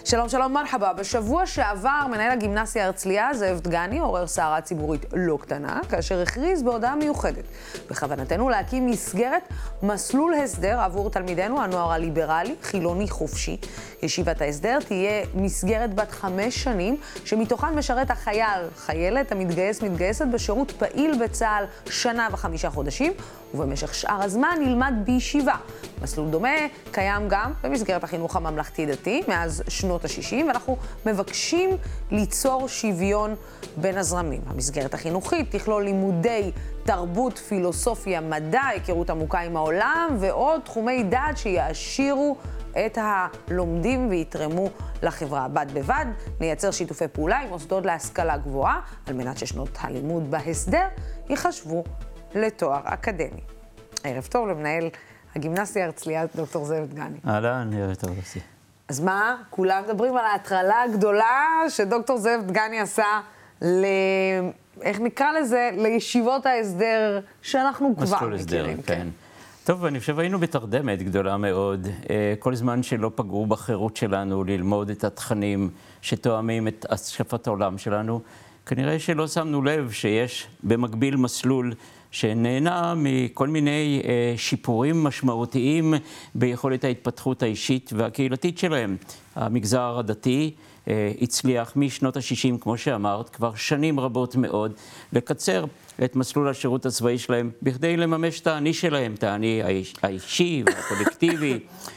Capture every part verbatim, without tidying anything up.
שלום, שלום, מרחבה. בשבוע שעבר מנהל הגימנסיה הרצליה, זאב דגני, עורר סערה ציבורית לא קטנה, כאשר הכריז בהודעה מיוחדת. בכוונתנו להקים מסגרת מסלול הסדר עבור תלמידינו, הנוער הליברלי, חילוני חופשי. ישיבת ההסדר תהיה מסגרת בת חמש שנים, שמתוכן משרת החייל, חיילת, המתגייס, מתגייסת בשירות פעיל בצה"ל שנה וחמישה חודשים, ובמשך שאר הזמן נלמד בישיבה. מסלול דומה קיים גם במסגרת החינוך הממלכתי-דתי מאז שנות ה-שישים, ואנחנו מבקשים ליצור שוויון בין הזרמים. המסגרת החינוכית תכלול לימודי תרבות, פילוסופיה, מדע, היכרות עמוקה עם העולם ועוד תחומי דעת שיעשירו את הלומדים ויתרמו לחברה. בד בבד נייצר שיתופי פעולה עם מוסדות להשכלה גבוהה, על מנת ששנות הלימוד בהסדר ייחשבו לתואר אקדמי. ערב טוב למנהל הגימנסיה הרצליה, דוקטור זאב דגני. אהלן, ערב טוב, יוסי. אז מה? כולם מדברים על ההטרלה הגדולה שדוקטור זאב דגני עשה ל... איך נקרא לזה? לישיבות ההסדר שאנחנו כבר מכירים. מסלול הסדר, כן. טוב, אני חושב היינו בתרדמת גדולה מאוד. כל זמן שלא פגעו בחירות שלנו ללמוד את התכנים שתואמים את השקפת העולם שלנו, כנראה שלא שמנו לב שיש במקביל מסלול שנהנה מכל מיני אה, שיפורים משמעותיים ביכולת ההתפתחות האישית והקהילתית שלהם. המגזר הדתי אה, הצליח משנות ה-שישים, כמו שאמרת, כבר שנים רבות מאוד, לקצר את מסלול השירות הצבאי שלהם, בכדי לממש את האני שלהם, את האני האיש, האישי והקולקטיבי.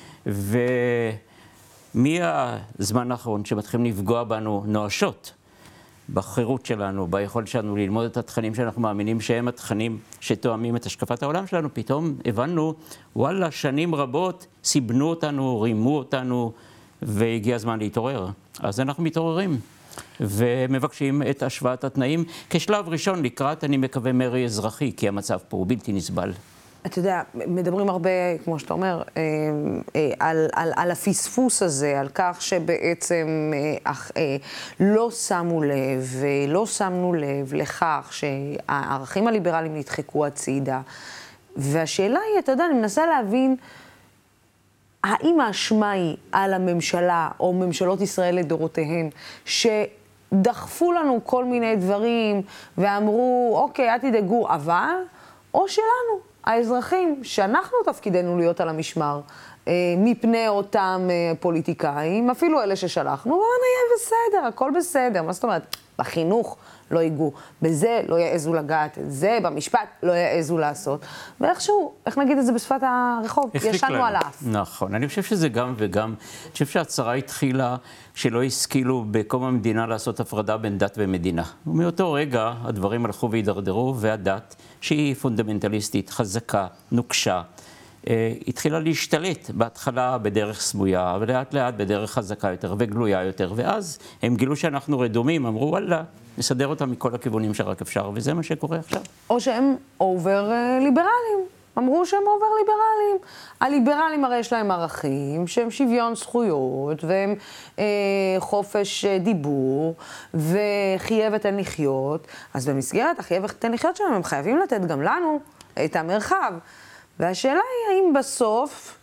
ומהזמן האחרון שמתחילים לפגוע בנו נואשות, בחירות שלנו, ביכולת שלנו ללמוד את התכנים שאנחנו מאמינים שהם התכנים שתואמים את השקפת העולם שלנו, פתאום הבנו, וואלה, שנים רבות סיבנו אותנו, רימו אותנו, והגיע הזמן להתעורר. אז אנחנו מתעוררים ומבקשים את השוואת התנאים כשלב ראשון לקראת, אני מקווה, מרי אזרחי, כי המצב פה הוא בלתי נסבל. אתה יודע, מדברים הרבה, כמו שאתה אומר, על, על, על הפספוס הזה, על כך שבעצם לא שמו לב, ולא שמנו לב לכך שהערכים הליברליים נדחקו הצידה. והשאלה היא, אתה יודע, אני מנסה להבין, האם האשמה היא על הממשלה או ממשלות ישראל לדורותיהן, שדחפו לנו כל מיני דברים ואמרו, אוקיי, אל תדאגו, אבל, או שלנו, האזרחים, שאנחנו תפקידנו להיות על המשמר, אה, מפני אותם אה, פוליטיקאים, אפילו אלה ששלחנו, בואו נהיה בסדר, הכל בסדר. מה זאת אומרת? בחינוך לא ייגעו, בזה לא יעזו לגעת, זה במשפט לא יעזו לעשות. ואיכשהו, איך נגיד את זה בשפת הרחוב? ישנו על האף. נכון, אני חושב שזה גם וגם. אני חושב שהצרה התחילה שלא השכילו בקום המדינה לעשות הפרדה בין דת ומדינה. ומאותו רגע הדברים הלכו והידרדרו, והדת, שהיא פונדמנטליסטית, חזקה, נוקשה, התחילה להשתלט בהתחלה בדרך סמויה, ולאט לאט בדרך חזקה יותר וגלויה יותר, ואז הם גילו שאנחנו רדומים, אמרו וואלה, נסדר אותם מכל הכיוונים שרק אפשר, וזה מה שקורה עכשיו. או שהם אובר ליברליים, אמרו שהם אובר ליברליים. הליברלים הרי יש להם ערכים, שהם שוויון זכויות, והם אה, חופש דיבור, וחייב ותן לחיות, אז במסגרת החייב ותן לחיות שלהם, הם חייבים לתת גם לנו את המרחב. והשאלה היא האם בסוף,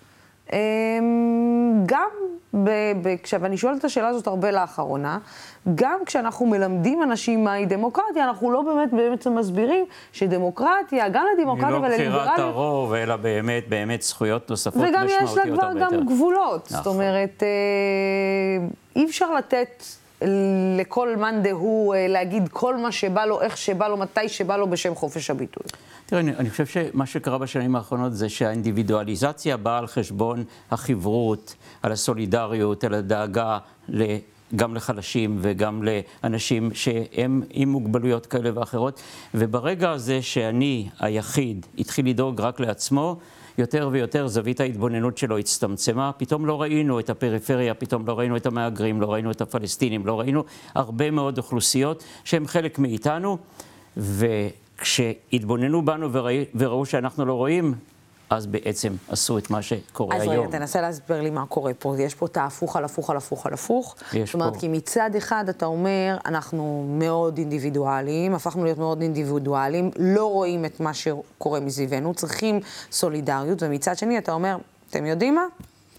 גם, ב, ב, ואני שואלת את השאלה הזאת הרבה לאחרונה, גם כשאנחנו מלמדים אנשים מהי דמוקרטיה, אנחנו לא באמת באמת מסבירים שדמוקרטיה, גם לדמוקרטיה ולליברליה... היא לא בחירת הרוב, אלא באמת, באמת זכויות נוספות משמעותיות הרבה יותר. וגם יש לה כבר גם גבולות. נכון. זאת אומרת, אי אפשר לתת לכל מאן דהוא להגיד כל מה שבא לו, איך שבא לו, מתי שבא לו בשם חופש הביטוי. תראה, אני, אני חושב שמה שקרה בשנים האחרונות זה שהאינדיבידואליזציה באה על חשבון החברות, על הסולידריות, על הדאגה גם לחלשים וגם לאנשים שהם עם מוגבלויות כאלה ואחרות. וברגע הזה שאני היחיד התחיל לדאוג רק לעצמו, יותר ויותר זווית ההתבוננות שלו הצטמצמה, פתאום לא ראינו את הפריפריה, פתאום לא ראינו את המהגרים, לא ראינו את הפלסטינים, לא ראינו הרבה מאוד אוכלוסיות שהם חלק מאיתנו, וכשהתבוננו בנו וראו, וראו שאנחנו לא רואים, אז בעצם עשו את מה שקורה אז היום. אז רגע, תנסה להסביר לי מה קורה פה. יש פה את ההפוך על הפוך על הפוך על הפוך. זאת אומרת, פה. כי מצד אחד אתה אומר, אנחנו מאוד אינדיבידואליים, הפכנו להיות מאוד אינדיבידואליים, לא רואים את מה שקורה מסביבנו, צריכים סולידריות, ומצד שני אתה אומר, אתם יודעים מה?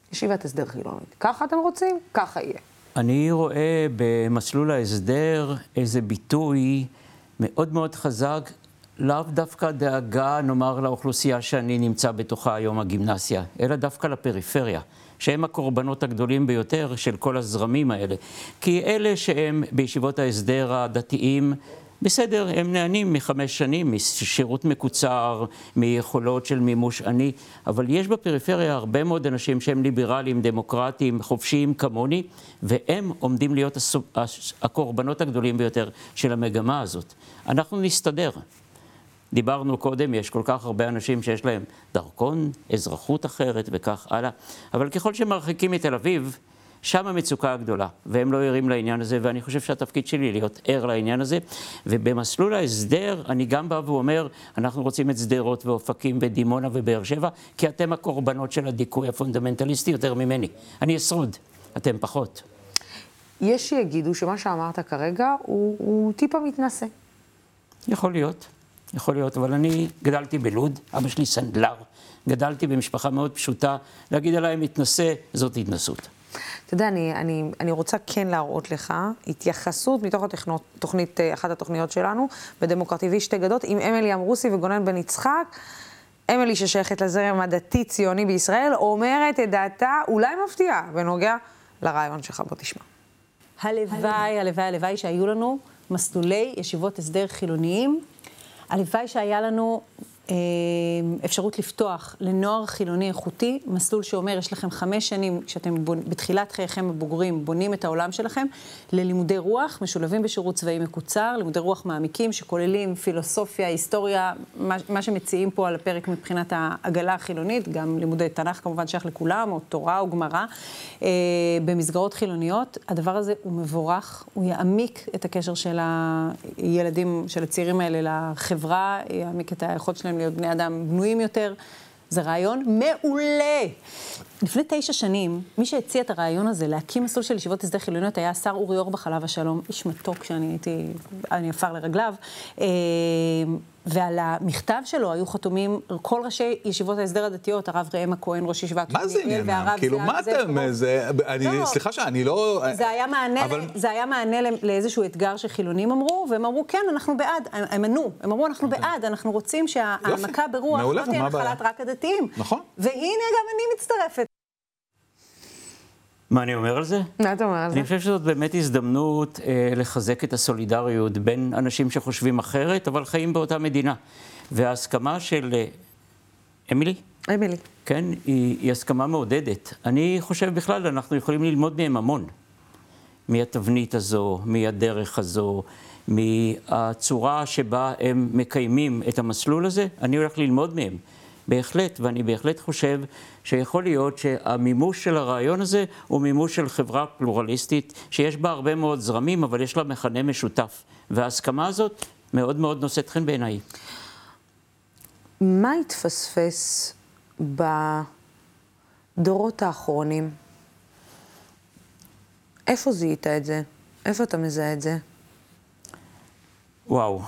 ישיבת הסדר חילונית. ככה אתם רוצים? ככה יהיה. אני רואה במסלול ההסדר איזה ביטוי מאוד מאוד חזק, לאו דווקא דאגה, נאמר, לאוכלוסייה שאני נמצא בתוכה היום, הגימנסיה, אלא דווקא לפריפריה, שהם הקורבנות הגדולים ביותר של כל הזרמים האלה. כי אלה שהם בישיבות ההסדר הדתיים, בסדר, הם נהנים מחמש שנים, משירות מקוצר, מיכולות של מימוש עני, אבל יש בפריפריה הרבה מאוד אנשים שהם ליברליים, דמוקרטיים, חופשיים כמוני, והם עומדים להיות הקורבנות הגדולים ביותר של המגמה הזאת. אנחנו נסתדר. דיברנו קודם, יש כל כך הרבה אנשים שיש להם דרכון, אזרחות אחרת וכך הלאה, אבל ככל שמרחיקים מתל אביב, שם המצוקה הגדולה, והם לא ערים לעניין הזה, ואני חושב שהתפקיד שלי להיות ער לעניין הזה, ובמסלול ההסדר אני גם בא ואומר, אנחנו רוצים את שדרות ואופקים ודימונה ובאר שבע, כי אתם הקורבנות של הדיכוי הפונדמנטליסטי יותר ממני. אני אשרוד, אתם פחות. יש שיגידו שמה שאמרת כרגע הוא, הוא טיפה מתנשא. יכול להיות, יכול להיות, אבל אני גדלתי בלוד, אבא שלי סנדלר, גדלתי במשפחה מאוד פשוטה, להגיד עליי מתנשא, זאת התנסות. אתה יודע, אני, אני, אני רוצה כן להראות לך התייחסות מתוך התכנות, תוכנית, אחת התוכניות שלנו, בדמוקרטיבי שתי גדות, עם אמילי אמרוסי וגונן בן יצחק. אמילי ששייכת לזרם הדתי-ציוני בישראל, אומרת את דעתה אולי מפתיעה, בנוגע לרעיון שלך, בוא תשמע. הלוואי, הלוואי, הלוואי שהיו לנו מסלולי ישיבות הסדר חילוניים, הלוואי שהיה לנו אפשרות לפתוח לנוער חילוני איכותי, מסלול שאומר, יש לכם חמש שנים, כשאתם בונ... בתחילת חייכם הבוגרים, בונים את העולם שלכם, ללימודי רוח, משולבים בשירות צבאי מקוצר, לימודי רוח מעמיקים, שכוללים פילוסופיה, היסטוריה, מה, מה שמציעים פה על הפרק מבחינת העגלה החילונית, גם לימודי תנ"ך כמובן שייך לכולם, או תורה או גמרא, אה, במסגרות חילוניות. הדבר הזה הוא מבורך, הוא יעמיק את הקשר של הילדים, של הצעירים האלה לחברה, יעמיק את היכולת שלהם להיות בני אדם בנויים יותר. זה רעיון מעולה. לפני תשע שנים, מי שהציע את הרעיון הזה להקים מסלול של ישיבות הסדר חילוניות היה השר אורי אורבך עליו השלום, איש מתוק שאני הייתי, אני עפר לרגליו, ועל המכתב שלו היו חתומים כל ראשי ישיבות ההסדר הדתיות, הרב ראם הכהן, ראש ישיבת מה זה עניינם? כאילו, מה אתם? סליחה שאני לא... זה היה מענה לאיזשהו אתגר שחילונים אמרו, והם אמרו, כן, אנחנו בעד, הם ענו, הם אמרו, אנחנו בעד, אנחנו רוצים שהעמקה ברוח לא תהיה נחלת רק הדתיים. נכון. והנה גם אני מצטרפת. מה אני אומר על זה? מה אתה אומר על זה? אני חושב שזאת באמת הזדמנות אה, לחזק את הסולידריות בין אנשים שחושבים אחרת, אבל חיים באותה מדינה. וההסכמה של... אה, אמילי? אמילי. כן, היא, היא הסכמה מעודדת. אני חושב בכלל, אנחנו יכולים ללמוד מהם המון. מהתבנית הזו, מהדרך הזו, מהצורה שבה הם מקיימים את המסלול הזה, אני הולך ללמוד מהם. בהחלט, ואני בהחלט חושב שיכול להיות שהמימוש של הרעיון הזה הוא מימוש של חברה פלורליסטית, שיש בה הרבה מאוד זרמים, אבל יש לה מכנה משותף. וההסכמה הזאת מאוד מאוד נושאת חן בעיניי. מה התפספס בדורות האחרונים? איפה זיהית את זה? איפה אתה מזהה את זה? וואו.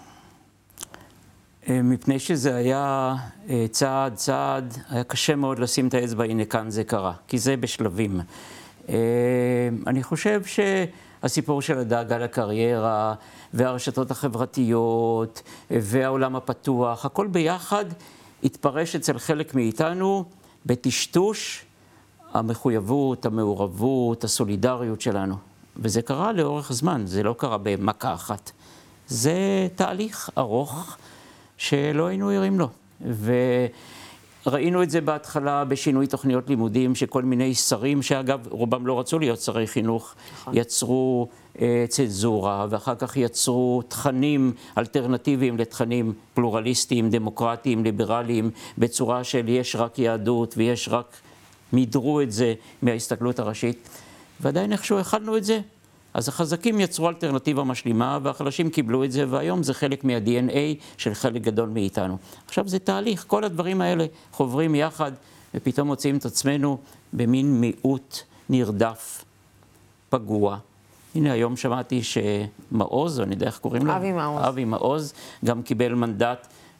מפני שזה היה צעד צעד, היה קשה מאוד לשים את האצבע, הנה כאן זה קרה, כי זה בשלבים. אני חושב שהסיפור של הדאגה לקריירה, והרשתות החברתיות, והעולם הפתוח, הכל ביחד התפרש אצל חלק מאיתנו בטשטוש המחויבות, המעורבות, הסולידריות שלנו. וזה קרה לאורך זמן, זה לא קרה במכה אחת. זה תהליך ארוך, שלא היינו ערים לו. וראינו את זה בהתחלה בשינוי תוכניות לימודים, שכל מיני שרים, שאגב רובם לא רצו להיות שרי חינוך, נכון. יצרו אה, צנזורה, ואחר כך יצרו תכנים אלטרנטיביים לתכנים פלורליסטיים, דמוקרטיים, ליברליים, בצורה של יש רק יהדות ויש רק, מידרו את זה מההסתכלות הראשית. ועדיין איכשהו הכלנו את זה. אז החזקים יצרו אלטרנטיבה משלימה, והחלשים קיבלו את זה, והיום זה חלק מה-די אן איי של חלק גדול מאיתנו. עכשיו זה תהליך, כל הדברים האלה חוברים יחד, ופתאום מוצאים את עצמנו במין מיעוט נרדף, פגוע. הנה היום שמעתי שמעוז, אני יודע איך קוראים לו? אבי מעוז. אבי מעוז, גם קיבל מנדט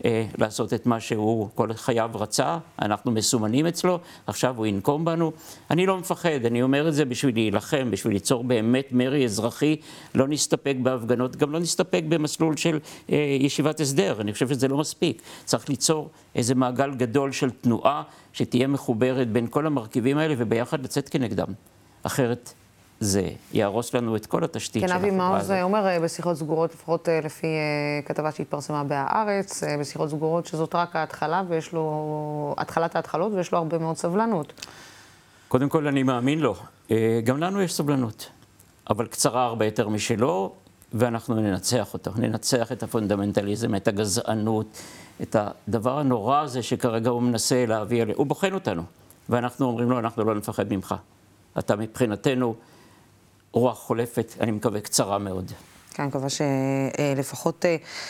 אה, לעשות את מה שהוא כל חייו רצה, אנחנו מסומנים אצלו, עכשיו הוא ינקום בנו. אני לא מפחד, אני אומר את זה בשביל להילחם, בשביל ליצור באמת מרי אזרחי, לא נסתפק בהפגנות, גם לא נסתפק במסלול של אה, ישיבת הסדר, אני חושב שזה לא מספיק. צריך ליצור איזה מעגל גדול של תנועה שתהיה מחוברת בין כל המרכיבים האלה וביחד לצאת כנגדם. אחרת זה יהרוס לנו את כל התשתית של החברה הזאת. כן, אבי מעוז אומר בשיחות סגורות, לפחות לפי כתבה שהתפרסמה בהארץ, בשיחות סגורות שזאת רק ההתחלה ויש לו, התחלת ההתחלות ויש לו הרבה מאוד סבלנות. קודם כל אני מאמין לו, גם לנו יש סבלנות, אבל קצרה הרבה יותר משלו, ואנחנו ננצח אותו, ננצח את הפונדמנטליזם, את הגזענות, את הדבר הנורא הזה שכרגע הוא מנסה להביא עליו, הוא בוחן אותנו, ואנחנו אומרים לו, אנחנו לא נפחד ממך. אתה מבחינתנו רוח חולפת, אני מקווה קצרה מאוד. כן, אני מקווה שלפחות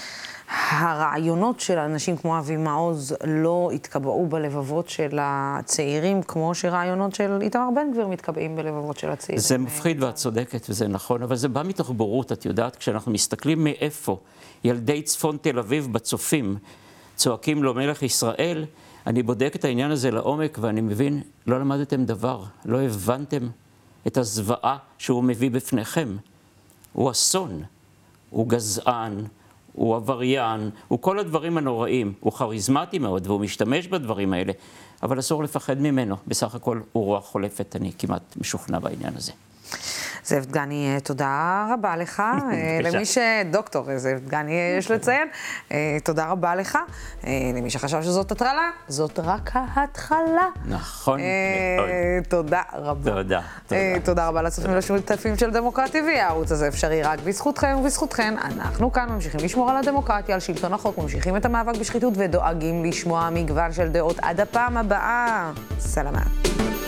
הרעיונות של אנשים כמו אבי מעוז לא התקבעו בלבבות של הצעירים, כמו שרעיונות של איתמר בן גביר מתקבעים בלבבות של הצעירים. זה מפחיד ואת צודקת וזה נכון, אבל זה בא מתוך בורות, את יודעת, כשאנחנו מסתכלים מאיפה ילדי צפון תל אביב בצופים צועקים לו מלך ישראל, אני בודק את העניין הזה לעומק ואני מבין, לא למדתם דבר, לא הבנתם את הזוועה שהוא מביא בפניכם. הוא אסון, הוא גזען, הוא עבריין, הוא כל הדברים הנוראים, הוא כריזמטי מאוד והוא משתמש בדברים האלה, אבל אסור לפחד ממנו, בסך הכל הוא רוח חולפת, אני כמעט משוכנע בעניין הזה. זאב דגני, תודה רבה לך, למי שדוקטור זאב דגני יש לציין, תודה רבה לך, למי שחשב שזאת הטרלה, זאת רק ההתחלה. נכון. תודה רבה. תודה. תודה רבה לצופים ולשותפים של דמוקרט טי וי, הערוץ הזה אפשרי רק בזכותכם ובזכותכן, אנחנו כאן ממשיכים לשמור על הדמוקרטיה, על שלטון החוק, ממשיכים את המאבק בשחיתות ודואגים לשמוע מגוון של דעות עד הפעם הבאה. סלמת.